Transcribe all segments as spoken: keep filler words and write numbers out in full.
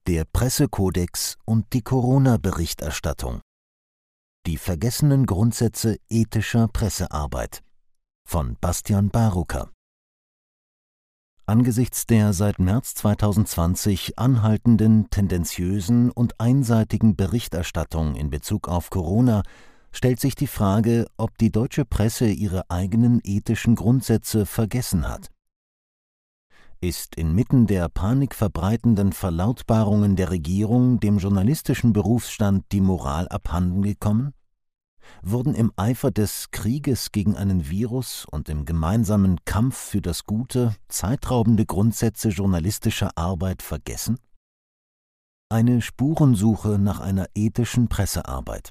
Der Pressekodex und die Corona-Berichterstattung. Die vergessenen Grundsätze ethischer Pressearbeit von Bastian Barucker. Angesichts der seit März zweitausendzwanzig anhaltenden, tendenziösen und einseitigen Berichterstattung in Bezug auf Corona stellt sich die Frage, ob die deutsche Presse ihre eigenen ethischen Grundsätze vergessen hat. Ist inmitten der panikverbreitenden Verlautbarungen der Regierung dem journalistischen Berufsstand die Moral abhanden gekommen? Wurden im Eifer des Krieges gegen einen Virus und im gemeinsamen Kampf für das Gute zeitraubende Grundsätze journalistischer Arbeit vergessen? Eine Spurensuche nach einer ethischen Pressearbeit.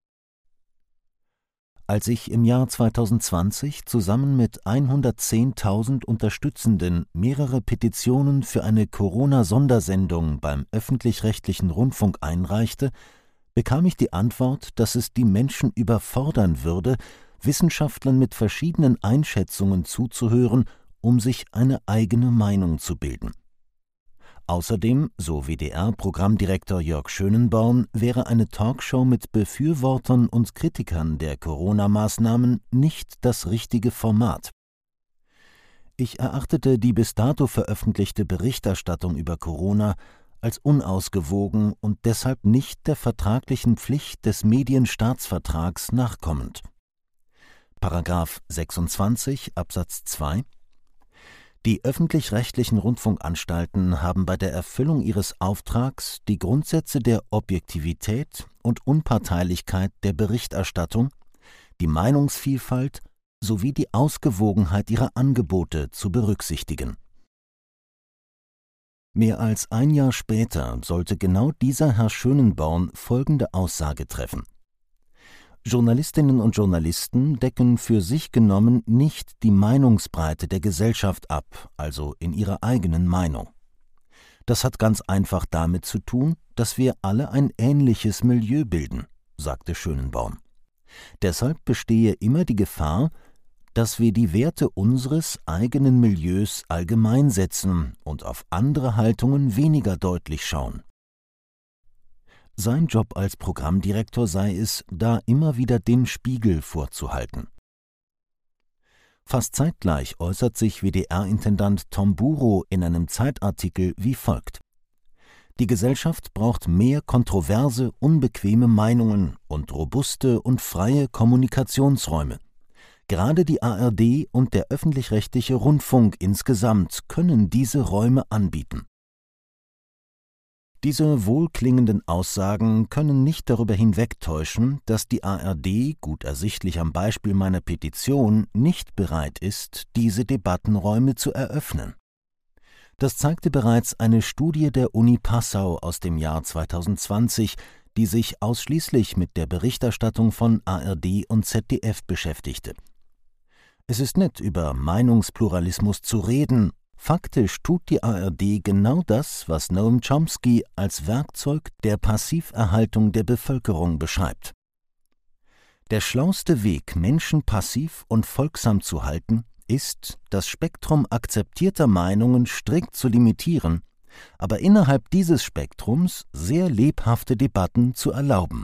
Als ich im Jahr zweitausendzwanzig zusammen mit hundertzehntausend Unterstützenden mehrere Petitionen für eine Corona-Sondersendung beim öffentlich-rechtlichen Rundfunk einreichte, bekam ich die Antwort, dass es die Menschen überfordern würde, Wissenschaftlern mit verschiedenen Einschätzungen zuzuhören, um sich eine eigene Meinung zu bilden. Außerdem, so W D R-Programmdirektor Jörg Schönenborn, wäre eine Talkshow mit Befürwortern und Kritikern der Corona-Maßnahmen nicht das richtige Format. Ich erachtete die bis dato veröffentlichte Berichterstattung über Corona als unausgewogen und deshalb nicht der vertraglichen Pflicht des Medienstaatsvertrags nachkommend. Paragraph sechsundzwanzig Absatz zwei: Die öffentlich-rechtlichen Rundfunkanstalten haben bei der Erfüllung ihres Auftrags die Grundsätze der Objektivität und Unparteilichkeit der Berichterstattung, die Meinungsvielfalt sowie die Ausgewogenheit ihrer Angebote zu berücksichtigen. Mehr als ein Jahr später sollte genau dieser Herr Schönenborn folgende Aussage treffen: Journalistinnen und Journalisten decken für sich genommen nicht die Meinungsbreite der Gesellschaft ab, also in ihrer eigenen Meinung. Das hat ganz einfach damit zu tun, dass wir alle ein ähnliches Milieu bilden, sagte Schönenborn. Deshalb bestehe immer die Gefahr, dass wir die Werte unseres eigenen Milieus allgemein setzen und auf andere Haltungen weniger deutlich schauen. Sein Job als Programmdirektor sei es, da immer wieder den Spiegel vorzuhalten. Fast zeitgleich äußert sich W D R-Intendant Tom Burow in einem Zeitartikel wie folgt: Die Gesellschaft braucht mehr kontroverse, unbequeme Meinungen und robuste und freie Kommunikationsräume. Gerade die A R D und der öffentlich-rechtliche Rundfunk insgesamt können diese Räume anbieten. Diese wohlklingenden Aussagen können nicht darüber hinwegtäuschen, dass die A R D, gut ersichtlich am Beispiel meiner Petition, nicht bereit ist, diese Debattenräume zu eröffnen. Das zeigte bereits eine Studie der Uni Passau aus dem Jahr zweitausendzwanzig, die sich ausschließlich mit der Berichterstattung von A R D und Z D F beschäftigte. Es ist nett, über Meinungspluralismus zu reden. Faktisch tut die A R D genau das, was Noam Chomsky als Werkzeug der Passiverhaltung der Bevölkerung beschreibt. Der schlauste Weg, Menschen passiv und folgsam zu halten, ist, das Spektrum akzeptierter Meinungen strikt zu limitieren, aber innerhalb dieses Spektrums sehr lebhafte Debatten zu erlauben.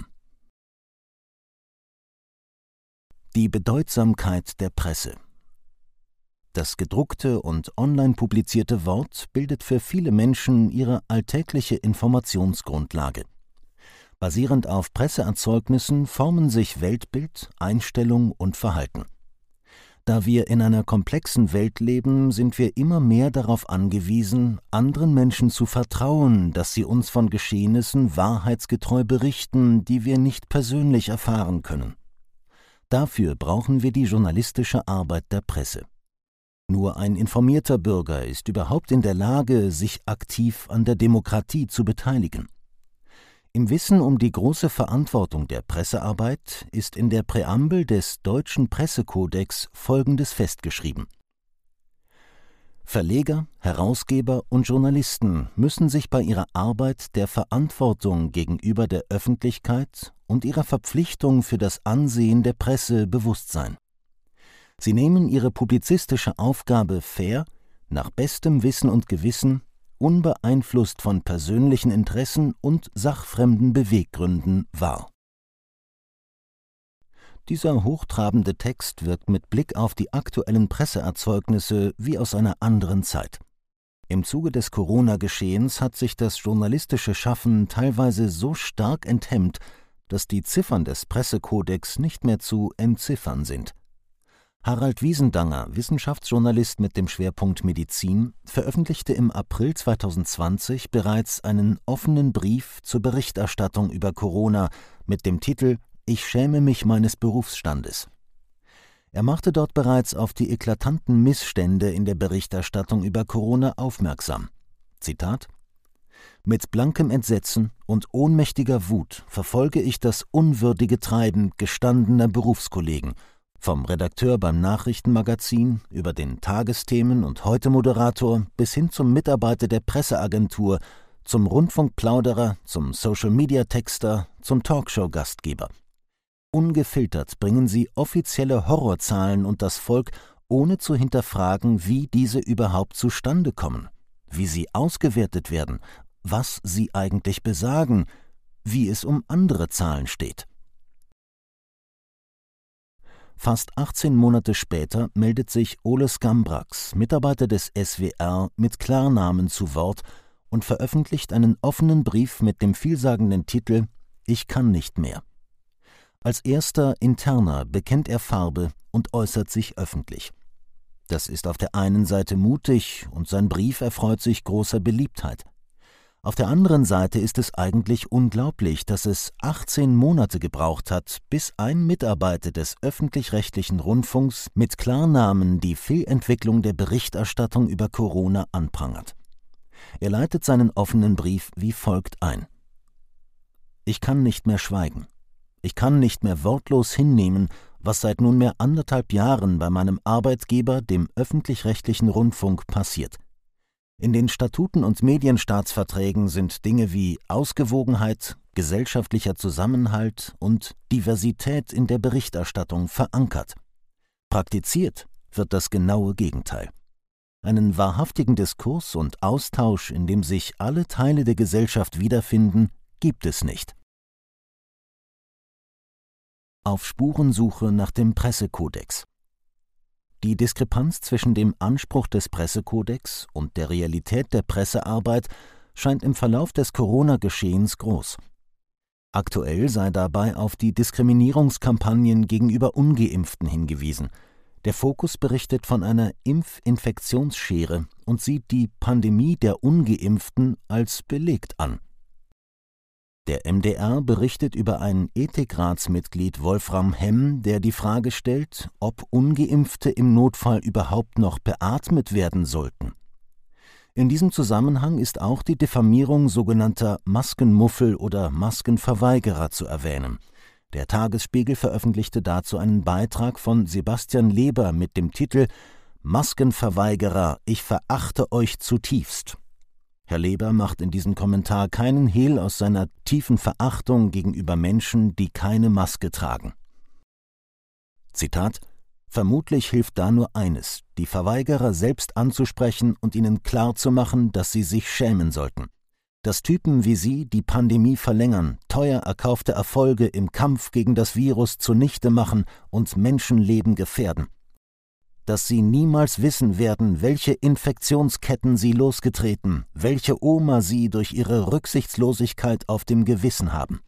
Die Bedeutsamkeit der Presse. Das gedruckte und online publizierte Wort bildet für viele Menschen ihre alltägliche Informationsgrundlage. Basierend auf Presseerzeugnissen formen sich Weltbild, Einstellung und Verhalten. Da wir in einer komplexen Welt leben, sind wir immer mehr darauf angewiesen, anderen Menschen zu vertrauen, dass sie uns von Geschehnissen wahrheitsgetreu berichten, die wir nicht persönlich erfahren können. Dafür brauchen wir die journalistische Arbeit der Presse. Nur ein informierter Bürger ist überhaupt in der Lage, sich aktiv an der Demokratie zu beteiligen. Im Wissen um die große Verantwortung der Pressearbeit ist in der Präambel des Deutschen Pressekodex Folgendes festgeschrieben: Verleger, Herausgeber und Journalisten müssen sich bei ihrer Arbeit der Verantwortung gegenüber der Öffentlichkeit und ihrer Verpflichtung für das Ansehen der Presse bewusst sein. Sie nehmen ihre publizistische Aufgabe fair, nach bestem Wissen und Gewissen unbeeinflusst von persönlichen Interessen und sachfremden Beweggründen wahr. Dieser hochtrabende Text wirkt mit Blick auf die aktuellen Presseerzeugnisse wie aus einer anderen Zeit. Im Zuge des Corona-Geschehens hat sich das journalistische Schaffen teilweise so stark enthemmt, dass die Ziffern des Pressekodex nicht mehr zu entziffern sind. Harald Wiesendanger, Wissenschaftsjournalist mit dem Schwerpunkt Medizin, veröffentlichte im April zweitausendzwanzig bereits einen offenen Brief zur Berichterstattung über Corona mit dem Titel »Ich schäme mich meines Berufsstandes«. Er machte dort bereits auf die eklatanten Missstände in der Berichterstattung über Corona aufmerksam. Zitat: »Mit blankem Entsetzen und ohnmächtiger Wut verfolge ich das unwürdige Treiben gestandener Berufskollegen, vom Redakteur beim Nachrichtenmagazin über den Tagesthemen- und Heute-Moderator bis hin zum Mitarbeiter der Presseagentur, zum Rundfunkplauderer, zum Social-Media-Texter, zum Talkshow-Gastgeber. Ungefiltert bringen sie offizielle Horrorzahlen unters Volk, ohne zu hinterfragen, wie diese überhaupt zustande kommen, wie sie ausgewertet werden, was sie eigentlich besagen, wie es um andere Zahlen steht.« Fast achtzehn Monate später meldet sich Ole Skambrax, Mitarbeiter des S W R, mit Klarnamen zu Wort und veröffentlicht einen offenen Brief mit dem vielsagenden Titel »Ich kann nicht mehr«. Als erster Interner bekennt er Farbe und äußert sich öffentlich. Das ist auf der einen Seite mutig und sein Brief erfreut sich großer Beliebtheit. Auf der anderen Seite ist es eigentlich unglaublich, dass es achtzehn Monate gebraucht hat, bis ein Mitarbeiter des öffentlich-rechtlichen Rundfunks mit Klarnamen die Fehlentwicklung der Berichterstattung über Corona anprangert. Er leitet seinen offenen Brief wie folgt ein: »Ich kann nicht mehr schweigen. Ich kann nicht mehr wortlos hinnehmen, was seit nunmehr anderthalb Jahren bei meinem Arbeitgeber, dem öffentlich-rechtlichen Rundfunk, passiert. In den Statuten und Medienstaatsverträgen sind Dinge wie Ausgewogenheit, gesellschaftlicher Zusammenhalt und Diversität in der Berichterstattung verankert. Praktiziert wird das genaue Gegenteil. Einen wahrhaftigen Diskurs und Austausch, in dem sich alle Teile der Gesellschaft wiederfinden, gibt es nicht.« Auf Spurensuche nach dem Pressekodex. Die Diskrepanz zwischen dem Anspruch des Pressekodex und der Realität der Pressearbeit scheint im Verlauf des Corona-Geschehens groß. Aktuell sei dabei auf die Diskriminierungskampagnen gegenüber Ungeimpften hingewiesen. Der Fokus berichtet von einer Impfinfektionsschere und sieht die Pandemie der Ungeimpften als belegt an. Der M D R berichtet über ein Ethikratsmitglied Wolfram Hemm, der die Frage stellt, ob Ungeimpfte im Notfall überhaupt noch beatmet werden sollten. In diesem Zusammenhang ist auch die Diffamierung sogenannter Maskenmuffel oder Maskenverweigerer zu erwähnen. Der Tagesspiegel veröffentlichte dazu einen Beitrag von Sebastian Leber mit dem Titel »Maskenverweigerer, ich verachte euch zutiefst«. Herr Leber macht in diesem Kommentar keinen Hehl aus seiner tiefen Verachtung gegenüber Menschen, die keine Maske tragen. Zitat: »Vermutlich hilft da nur eines, die Verweigerer selbst anzusprechen und ihnen klarzumachen, dass sie sich schämen sollten. Dass Typen wie Sie die Pandemie verlängern, teuer erkaufte Erfolge im Kampf gegen das Virus zunichte machen und Menschenleben gefährden. Dass sie niemals wissen werden, welche Infektionsketten sie losgetreten, welche Oma sie durch ihre Rücksichtslosigkeit auf dem Gewissen haben.«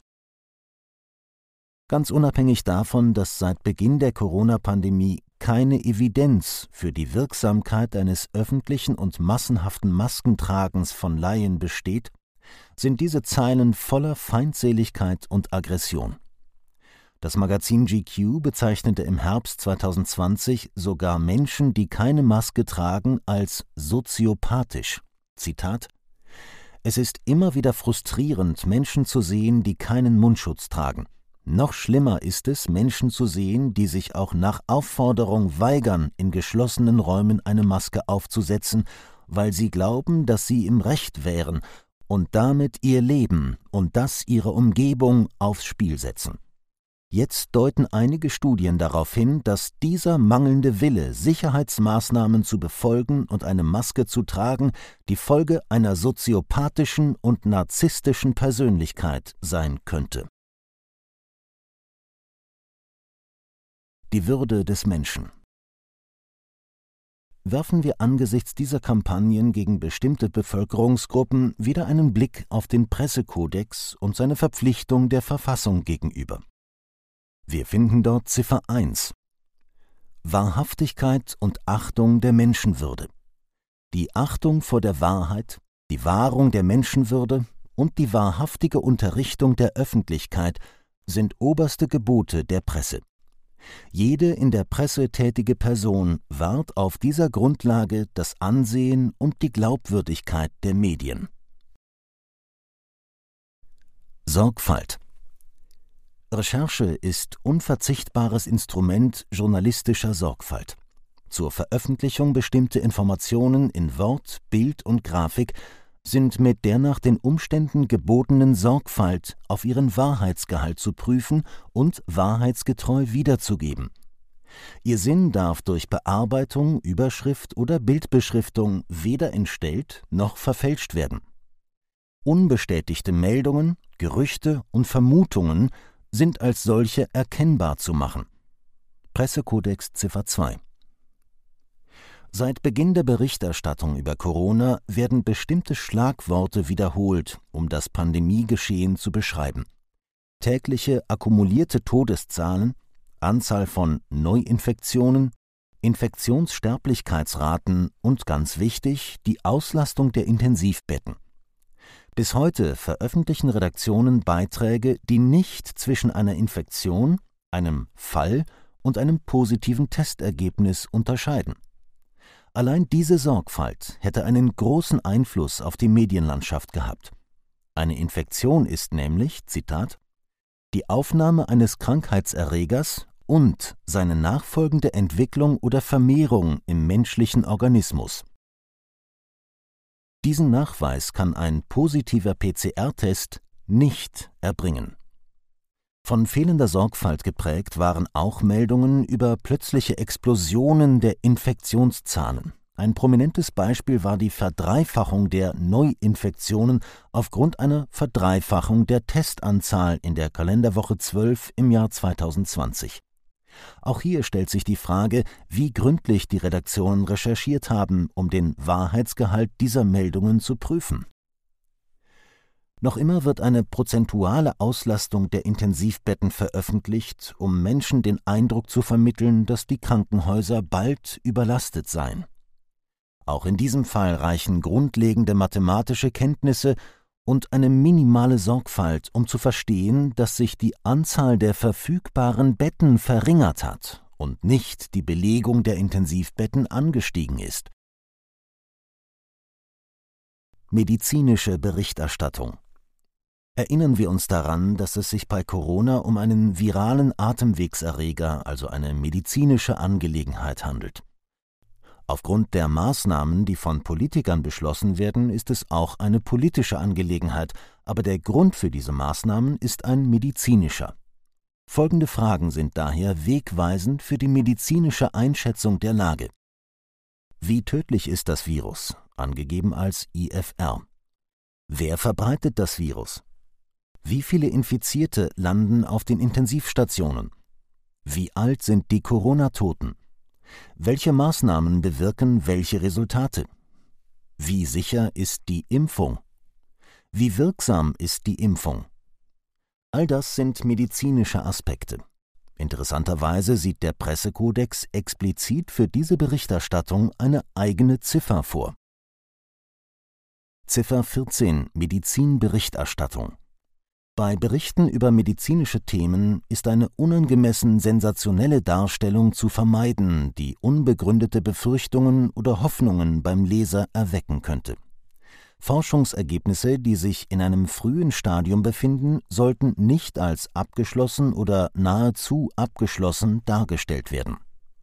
Ganz unabhängig davon, dass seit Beginn der Corona-Pandemie keine Evidenz für die Wirksamkeit eines öffentlichen und massenhaften Maskentragens von Laien besteht, sind diese Zeilen voller Feindseligkeit und Aggression. Das Magazin G Q bezeichnete im Herbst zweitausendzwanzig sogar Menschen, die keine Maske tragen, als soziopathisch. Zitat: »Es ist immer wieder frustrierend, Menschen zu sehen, die keinen Mundschutz tragen. Noch schlimmer ist es, Menschen zu sehen, die sich auch nach Aufforderung weigern, in geschlossenen Räumen eine Maske aufzusetzen, weil sie glauben, dass sie im Recht wären und damit ihr Leben und das ihrer Umgebung aufs Spiel setzen.« Jetzt deuten einige Studien darauf hin, dass dieser mangelnde Wille, Sicherheitsmaßnahmen zu befolgen und eine Maske zu tragen, die Folge einer soziopathischen und narzisstischen Persönlichkeit sein könnte. Die Würde des Menschen. Werfen wir angesichts dieser Kampagnen gegen bestimmte Bevölkerungsgruppen wieder einen Blick auf den Pressekodex und seine Verpflichtung der Verfassung gegenüber. Wir finden dort Ziffer eins. Wahrhaftigkeit und Achtung der Menschenwürde. Die Achtung vor der Wahrheit, die Wahrung der Menschenwürde und die wahrhaftige Unterrichtung der Öffentlichkeit sind oberste Gebote der Presse. Jede in der Presse tätige Person wahrt auf dieser Grundlage das Ansehen und die Glaubwürdigkeit der Medien. Sorgfalt. Recherche ist unverzichtbares Instrument journalistischer Sorgfalt. Zur Veröffentlichung bestimmte Informationen in Wort, Bild und Grafik sind mit der nach den Umständen gebotenen Sorgfalt auf ihren Wahrheitsgehalt zu prüfen und wahrheitsgetreu wiederzugeben. Ihr Sinn darf durch Bearbeitung, Überschrift oder Bildbeschriftung weder entstellt noch verfälscht werden. Unbestätigte Meldungen, Gerüchte und Vermutungen sind als solche erkennbar zu machen. Pressekodex Ziffer zwei. Seit Beginn der Berichterstattung über Corona werden bestimmte Schlagworte wiederholt, um das Pandemiegeschehen zu beschreiben. Tägliche akkumulierte Todeszahlen, Anzahl von Neuinfektionen, Infektionssterblichkeitsraten und ganz wichtig, die Auslastung der Intensivbetten. Bis heute veröffentlichen Redaktionen Beiträge, die nicht zwischen einer Infektion, einem Fall und einem positiven Testergebnis unterscheiden. Allein diese Sorgfalt hätte einen großen Einfluss auf die Medienlandschaft gehabt. Eine Infektion ist nämlich, Zitat, die Aufnahme eines Krankheitserregers und seine nachfolgende Entwicklung oder Vermehrung im menschlichen Organismus. Diesen Nachweis kann ein positiver P C R-Test nicht erbringen. Von fehlender Sorgfalt geprägt waren auch Meldungen über plötzliche Explosionen der Infektionszahlen. Ein prominentes Beispiel war die Verdreifachung der Neuinfektionen aufgrund einer Verdreifachung der Testanzahl in der Kalenderwoche zwölf im Jahr zweitausendzwanzig. Auch hier stellt sich die Frage, wie gründlich die Redaktionen recherchiert haben, um den Wahrheitsgehalt dieser Meldungen zu prüfen. Noch immer wird eine prozentuale Auslastung der Intensivbetten veröffentlicht, um Menschen den Eindruck zu vermitteln, dass die Krankenhäuser bald überlastet seien. Auch in diesem Fall reichen grundlegende mathematische Kenntnisse und eine minimale Sorgfalt, um zu verstehen, dass sich die Anzahl der verfügbaren Betten verringert hat und nicht die Belegung der Intensivbetten angestiegen ist. Medizinische Berichterstattung. Erinnern wir uns daran, dass es sich bei Corona um einen viralen Atemwegserreger, also eine medizinische Angelegenheit handelt. Aufgrund der Maßnahmen, die von Politikern beschlossen werden, ist es auch eine politische Angelegenheit, aber der Grund für diese Maßnahmen ist ein medizinischer. Folgende Fragen sind daher wegweisend für die medizinische Einschätzung der Lage. Wie tödlich ist das Virus, angegeben als I F R? Wer verbreitet das Virus? Wie viele Infizierte landen auf den Intensivstationen? Wie alt sind die Corona-Toten? Welche Maßnahmen bewirken welche Resultate? Wie sicher ist die Impfung? Wie wirksam ist die Impfung? All das sind medizinische Aspekte. Interessanterweise sieht der Pressekodex explizit für diese Berichterstattung eine eigene Ziffer vor. Ziffer vierzehn Medizinberichterstattung. Bei Berichten über medizinische Themen ist eine unangemessen sensationelle Darstellung zu vermeiden, die unbegründete Befürchtungen oder Hoffnungen beim Leser erwecken könnte. Forschungsergebnisse, die sich in einem frühen Stadium befinden, sollten nicht als abgeschlossen oder nahezu abgeschlossen dargestellt werden.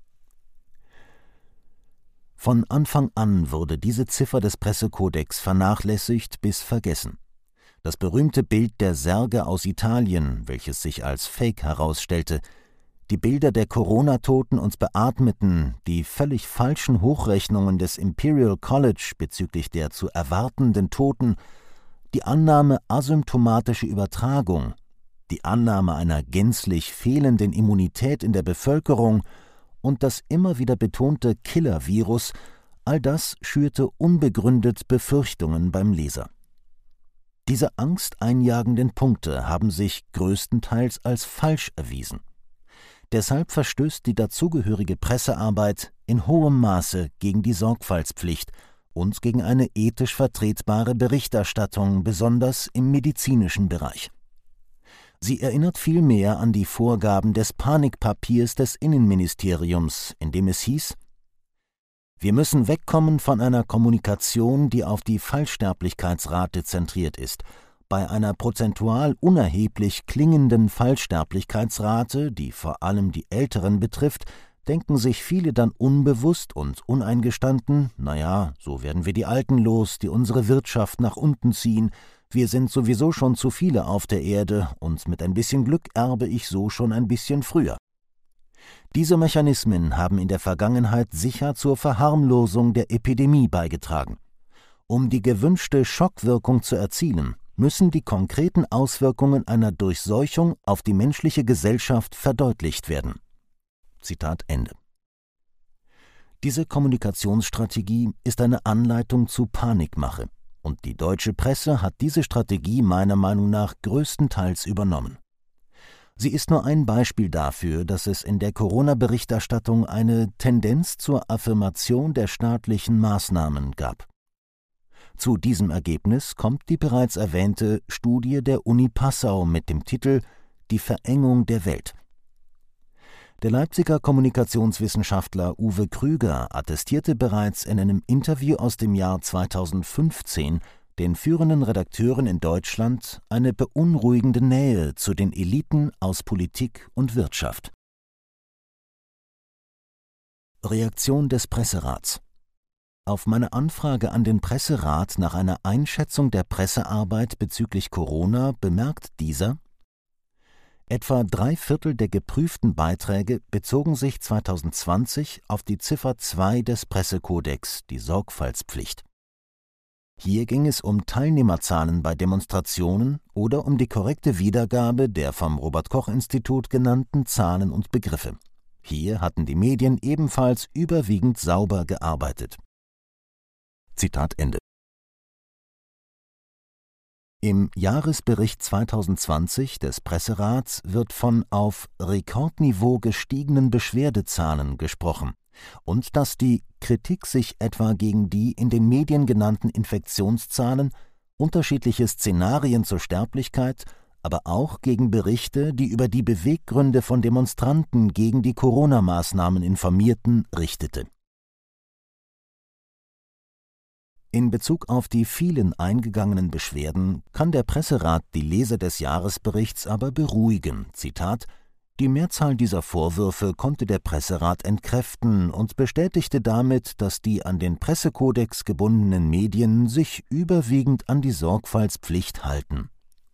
Von Anfang an wurde diese Ziffer des Pressekodex vernachlässigt bis vergessen. Das berühmte Bild der Särge aus Italien, welches sich als Fake herausstellte, die Bilder der Corona-Toten und Beatmeten, die völlig falschen Hochrechnungen des Imperial College bezüglich der zu erwartenden Toten, die Annahme asymptomatische Übertragung, die Annahme einer gänzlich fehlenden Immunität in der Bevölkerung und das immer wieder betonte Killer-Virus, all das schürte unbegründet Befürchtungen beim Leser. Diese angsteinjagenden Punkte haben sich größtenteils als falsch erwiesen. Deshalb verstößt die dazugehörige Pressearbeit in hohem Maße gegen die Sorgfaltspflicht und gegen eine ethisch vertretbare Berichterstattung, besonders im medizinischen Bereich. Sie erinnert vielmehr an die Vorgaben des Panikpapiers des Innenministeriums, in dem es hieß: Wir müssen wegkommen von einer Kommunikation, die auf die Fallsterblichkeitsrate zentriert ist. Bei einer prozentual unerheblich klingenden Fallsterblichkeitsrate, die vor allem die Älteren betrifft, denken sich viele dann unbewusst und uneingestanden: Naja, so werden wir die Alten los, die unsere Wirtschaft nach unten ziehen. Wir sind sowieso schon zu viele auf der Erde und mit ein bisschen Glück erbe ich so schon ein bisschen früher. Diese Mechanismen haben in der Vergangenheit sicher zur Verharmlosung der Epidemie beigetragen. Um die gewünschte Schockwirkung zu erzielen, müssen die konkreten Auswirkungen einer Durchseuchung auf die menschliche Gesellschaft verdeutlicht werden. Zitat Ende. Diese Kommunikationsstrategie ist eine Anleitung zu Panikmache, und die deutsche Presse hat diese Strategie meiner Meinung nach größtenteils übernommen. Sie ist nur ein Beispiel dafür, dass es in der Corona-Berichterstattung eine Tendenz zur Affirmation der staatlichen Maßnahmen gab. Zu diesem Ergebnis kommt die bereits erwähnte Studie der Uni Passau mit dem Titel »Die Verengung der Welt«. Der Leipziger Kommunikationswissenschaftler Uwe Krüger attestierte bereits in einem Interview aus dem Jahr zweitausendfünfzehn den führenden Redakteuren in Deutschland eine beunruhigende Nähe zu den Eliten aus Politik und Wirtschaft. Reaktion des Presserats. Auf meine Anfrage an den Presserat nach einer Einschätzung der Pressearbeit bezüglich Corona bemerkt dieser: Etwa drei Viertel der geprüften Beiträge bezogen sich zweitausendzwanzig auf die Ziffer zwei des Pressekodex, die Sorgfaltspflicht. Hier ging es um Teilnehmerzahlen bei Demonstrationen oder um die korrekte Wiedergabe der vom Robert-Koch-Institut genannten Zahlen und Begriffe. Hier hatten die Medien ebenfalls überwiegend sauber gearbeitet. Zitat Ende. Im Jahresbericht zweitausendzwanzig des Presserats wird von auf Rekordniveau gestiegenen Beschwerdezahlen gesprochen und dass die Kritik sich etwa gegen die in den Medien genannten Infektionszahlen, unterschiedliche Szenarien zur Sterblichkeit, aber auch gegen Berichte, die über die Beweggründe von Demonstranten gegen die Corona-Maßnahmen informierten, richtete. In Bezug auf die vielen eingegangenen Beschwerden kann der Presserat die Leser des Jahresberichts aber beruhigen. Zitat: Die Mehrzahl dieser Vorwürfe konnte der Presserat entkräften und bestätigte damit, dass die an den Pressekodex gebundenen Medien sich überwiegend an die Sorgfaltspflicht halten.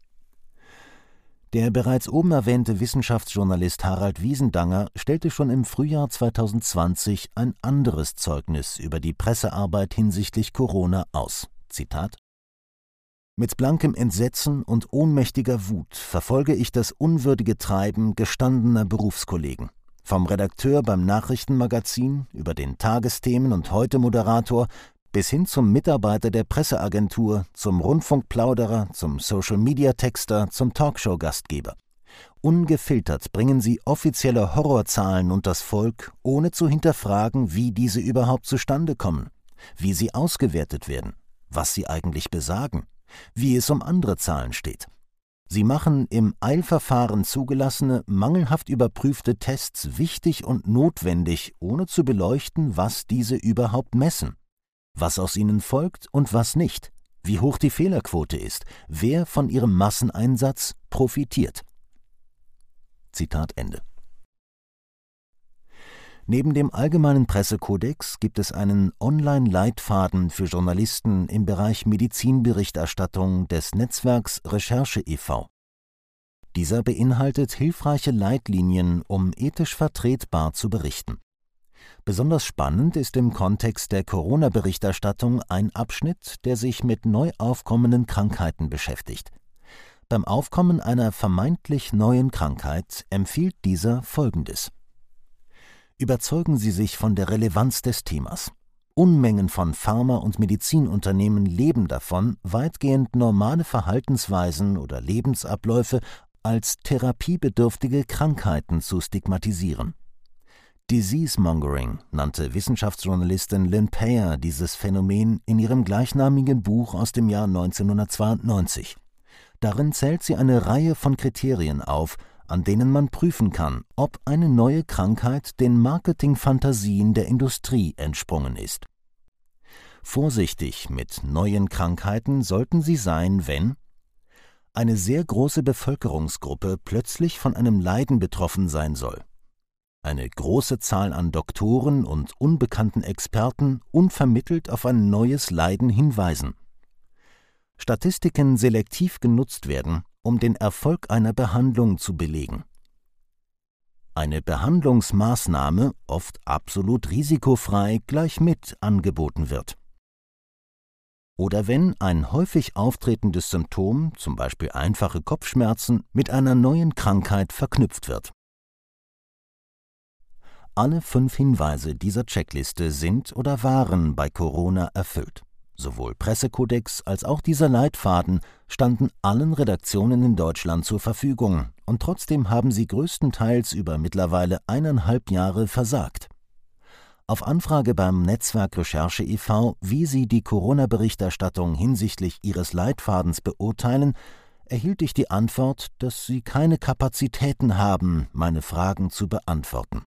Der bereits oben erwähnte Wissenschaftsjournalist Harald Wiesendanger stellte schon im Frühjahr zweitausendzwanzig ein anderes Zeugnis über die Pressearbeit hinsichtlich Corona aus. Zitat: Mit blankem Entsetzen und ohnmächtiger Wut verfolge ich das unwürdige Treiben gestandener Berufskollegen. Vom Redakteur beim Nachrichtenmagazin über den Tagesthemen- und Heute-Moderator bis hin zum Mitarbeiter der Presseagentur, zum Rundfunkplauderer, zum Social-Media-Texter, zum Talkshow-Gastgeber. Ungefiltert bringen sie offizielle Horrorzahlen unters Volk, ohne zu hinterfragen, wie diese überhaupt zustande kommen, wie sie ausgewertet werden, was sie eigentlich besagen, wie es um andere Zahlen steht. Sie machen im Eilverfahren zugelassene, mangelhaft überprüfte Tests wichtig und notwendig, ohne zu beleuchten, was diese überhaupt messen, was aus ihnen folgt und was nicht, wie hoch die Fehlerquote ist, wer von ihrem Masseneinsatz profitiert. Zitat Ende. Neben dem allgemeinen Pressekodex gibt es einen Online-Leitfaden für Journalisten im Bereich Medizinberichterstattung des Netzwerks Recherche e V Dieser beinhaltet hilfreiche Leitlinien, um ethisch vertretbar zu berichten. Besonders spannend ist im Kontext der Corona-Berichterstattung ein Abschnitt, der sich mit neu aufkommenden Krankheiten beschäftigt. Beim Aufkommen einer vermeintlich neuen Krankheit empfiehlt dieser Folgendes: Überzeugen Sie sich von der Relevanz des Themas. Unmengen von Pharma- und Medizinunternehmen leben davon, weitgehend normale Verhaltensweisen oder Lebensabläufe als therapiebedürftige Krankheiten zu stigmatisieren. Disease-Mongering nannte Wissenschaftsjournalistin Lynn Payer dieses Phänomen in ihrem gleichnamigen Buch aus dem Jahr neunzehnhundertzweiundneunzig. Darin zählt sie eine Reihe von Kriterien auf, an denen man prüfen kann, ob eine neue Krankheit den Marketingfantasien der Industrie entsprungen ist. Vorsichtig mit neuen Krankheiten sollten Sie sein, wenn eine sehr große Bevölkerungsgruppe plötzlich von einem Leiden betroffen sein soll, eine große Zahl an Doktoren und unbekannten Experten unvermittelt auf ein neues Leiden hinweisen, Statistiken selektiv genutzt werden, um den Erfolg einer Behandlung zu belegen, eine Behandlungsmaßnahme oft absolut risikofrei gleich mit angeboten wird, oder wenn ein häufig auftretendes Symptom, zum Beispiel einfache Kopfschmerzen, mit einer neuen Krankheit verknüpft wird. Alle fünf Hinweise dieser Checkliste sind oder waren bei Corona erfüllt. Sowohl Pressekodex als auch dieser Leitfaden standen allen Redaktionen in Deutschland zur Verfügung, und trotzdem haben sie größtenteils über mittlerweile eineinhalb Jahre versagt. Auf Anfrage beim Netzwerk Recherche e V, wie sie die Corona-Berichterstattung hinsichtlich ihres Leitfadens beurteilen, erhielt ich die Antwort, dass sie keine Kapazitäten haben, meine Fragen zu beantworten.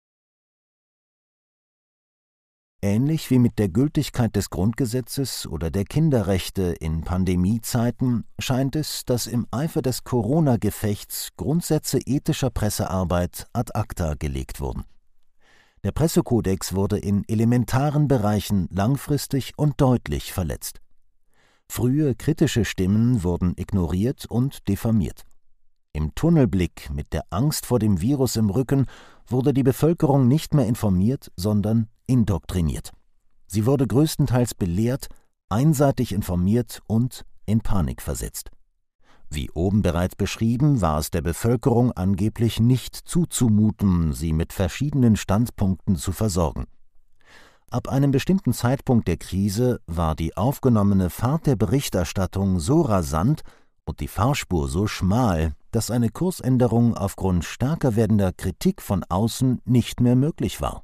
Ähnlich wie mit der Gültigkeit des Grundgesetzes oder der Kinderrechte in Pandemiezeiten scheint es, dass im Eifer des Corona-Gefechts Grundsätze ethischer Pressearbeit ad acta gelegt wurden. Der Pressekodex wurde in elementaren Bereichen langfristig und deutlich verletzt. Frühe kritische Stimmen wurden ignoriert und diffamiert. Im Tunnelblick mit der Angst vor dem Virus im Rücken wurde die Bevölkerung nicht mehr informiert, sondern indoktriniert. Sie wurde größtenteils belehrt, einseitig informiert und in Panik versetzt. Wie oben bereits beschrieben, war es der Bevölkerung angeblich nicht zuzumuten, sie mit verschiedenen Standpunkten zu versorgen. Ab einem bestimmten Zeitpunkt der Krise war die aufgenommene Fahrt der Berichterstattung so rasant und die Fahrspur so schmal, dass eine Kursänderung aufgrund stärker werdender Kritik von außen nicht mehr möglich war.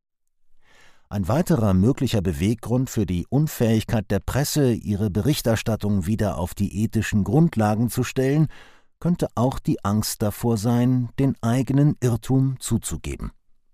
Ein weiterer möglicher Beweggrund für die Unfähigkeit der Presse, ihre Berichterstattung wieder auf die ethischen Grundlagen zu stellen, könnte auch die Angst davor sein, den eigenen Irrtum zuzugeben.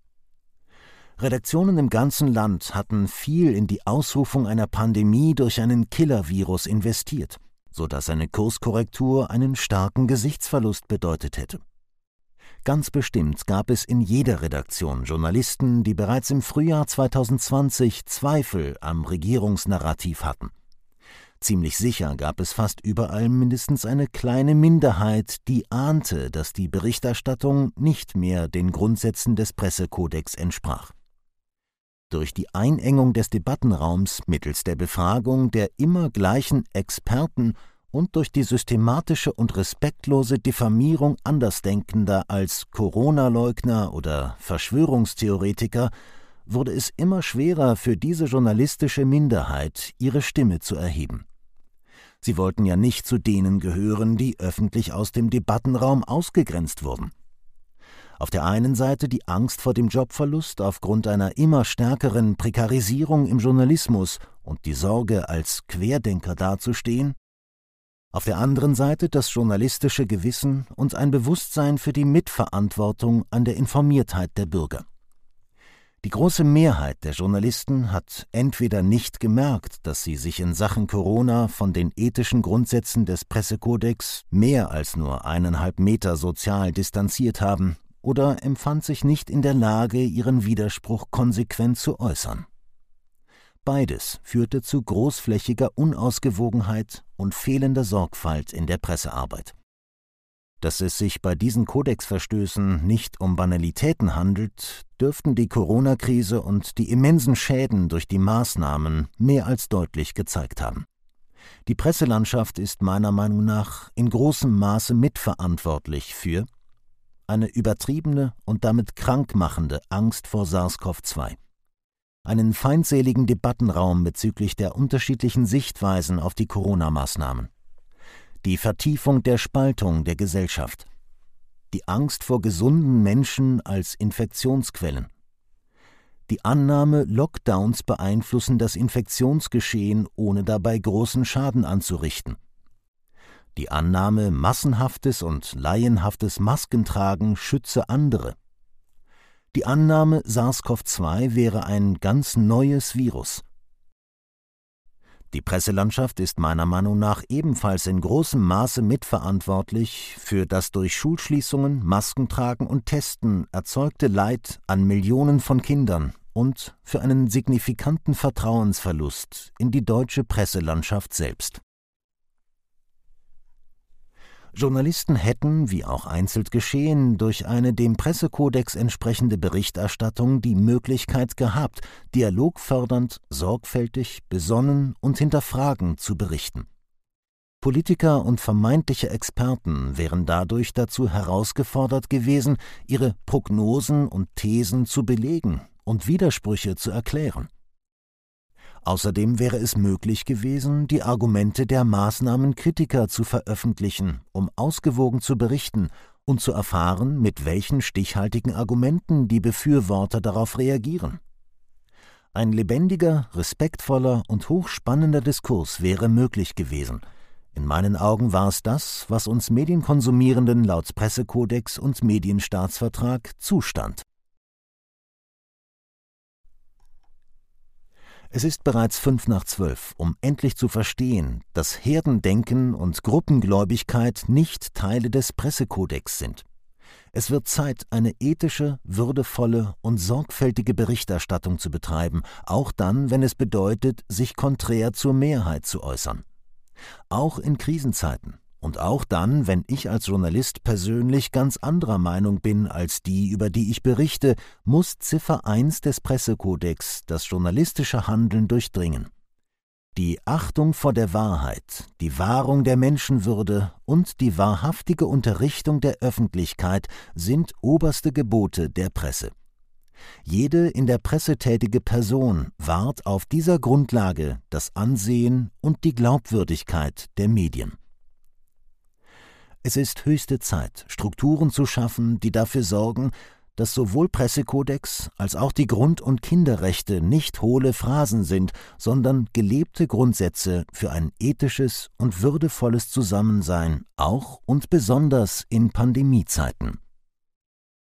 Redaktionen im ganzen Land hatten viel in die Ausrufung einer Pandemie durch einen Killer-Virus investiert, sodass eine Kurskorrektur einen starken Gesichtsverlust bedeutet hätte. Ganz bestimmt gab es in jeder Redaktion Journalisten, die bereits im Frühjahr zweitausendzwanzig Zweifel am Regierungsnarrativ hatten. Ziemlich sicher gab es fast überall mindestens eine kleine Minderheit, die ahnte, dass die Berichterstattung nicht mehr den Grundsätzen des Pressekodex entsprach. Durch die Einengung des Debattenraums mittels der Befragung der immer gleichen Experten und durch die systematische und respektlose Diffamierung Andersdenkender als Corona-Leugner oder Verschwörungstheoretiker wurde es immer schwerer für diese journalistische Minderheit, ihre Stimme zu erheben. Sie wollten ja nicht zu denen gehören, die öffentlich aus dem Debattenraum ausgegrenzt wurden. Auf der einen Seite die Angst vor dem Jobverlust aufgrund einer immer stärkeren Prekarisierung im Journalismus und die Sorge, als Querdenker dazustehen, auf der anderen Seite das journalistische Gewissen und ein Bewusstsein für die Mitverantwortung an der Informiertheit der Bürger. Die große Mehrheit der Journalisten hat entweder nicht gemerkt, dass sie sich in Sachen Corona von den ethischen Grundsätzen des Pressekodex mehr als nur eineinhalb Meter sozial distanziert haben, oder empfand sich nicht in der Lage, ihren Widerspruch konsequent zu äußern. Beides führte zu großflächiger Unausgewogenheit und fehlender Sorgfalt in der Pressearbeit. Dass es sich bei diesen Kodexverstößen nicht um Banalitäten handelt, dürften die Corona-Krise und die immensen Schäden durch die Maßnahmen mehr als deutlich gezeigt haben. Die Presselandschaft ist meiner Meinung nach in großem Maße mitverantwortlich für eine übertriebene und damit krankmachende Angst vor SARS-CoV zwei, einen feindseligen Debattenraum bezüglich der unterschiedlichen Sichtweisen auf die Corona-Maßnahmen, die Vertiefung der Spaltung der Gesellschaft, die Angst vor gesunden Menschen als Infektionsquellen, die Annahme, Lockdowns beeinflussen das Infektionsgeschehen, ohne dabei großen Schaden anzurichten, die Annahme, massenhaftes und laienhaftes Maskentragen schütze andere, die Annahme, SARS-CoV zwei wäre ein ganz neues Virus. Die Presselandschaft ist meiner Meinung nach ebenfalls in großem Maße mitverantwortlich für das durch Schulschließungen, Maskentragen und Testen erzeugte Leid an Millionen von Kindern und für einen signifikanten Vertrauensverlust in die deutsche Presselandschaft selbst. Journalisten hätten, wie auch einzeln geschehen, durch eine dem Pressekodex entsprechende Berichterstattung die Möglichkeit gehabt, dialogfördernd, sorgfältig, besonnen und hinterfragend zu berichten. Politiker und vermeintliche Experten wären dadurch dazu herausgefordert gewesen, ihre Prognosen und Thesen zu belegen und Widersprüche zu erklären. Außerdem wäre es möglich gewesen, die Argumente der Maßnahmenkritiker zu veröffentlichen, um ausgewogen zu berichten und zu erfahren, mit welchen stichhaltigen Argumenten die Befürworter darauf reagieren. Ein lebendiger, respektvoller und hochspannender Diskurs wäre möglich gewesen. In meinen Augen war es das, was uns Medienkonsumierenden laut Pressekodex und Medienstaatsvertrag zustand. Es ist bereits fünf nach zwölf, um endlich zu verstehen, dass Herdendenken und Gruppengläubigkeit nicht Teile des Pressekodex sind. Es wird Zeit, eine ethische, würdevolle und sorgfältige Berichterstattung zu betreiben, auch dann, wenn es bedeutet, sich konträr zur Mehrheit zu äußern. Auch in Krisenzeiten. Und auch dann, wenn ich als Journalist persönlich ganz anderer Meinung bin als die, über die ich berichte, muss Ziffer eins des Pressekodex das journalistische Handeln durchdringen. Die Achtung vor der Wahrheit, die Wahrung der Menschenwürde und die wahrhaftige Unterrichtung der Öffentlichkeit sind oberste Gebote der Presse. Jede in der Presse tätige Person wahrt auf dieser Grundlage das Ansehen und die Glaubwürdigkeit der Medien. Es ist höchste Zeit, Strukturen zu schaffen, die dafür sorgen, dass sowohl Pressekodex als auch die Grund- und Kinderrechte nicht hohle Phrasen sind, sondern gelebte Grundsätze für ein ethisches und würdevolles Zusammensein, auch und besonders in Pandemiezeiten.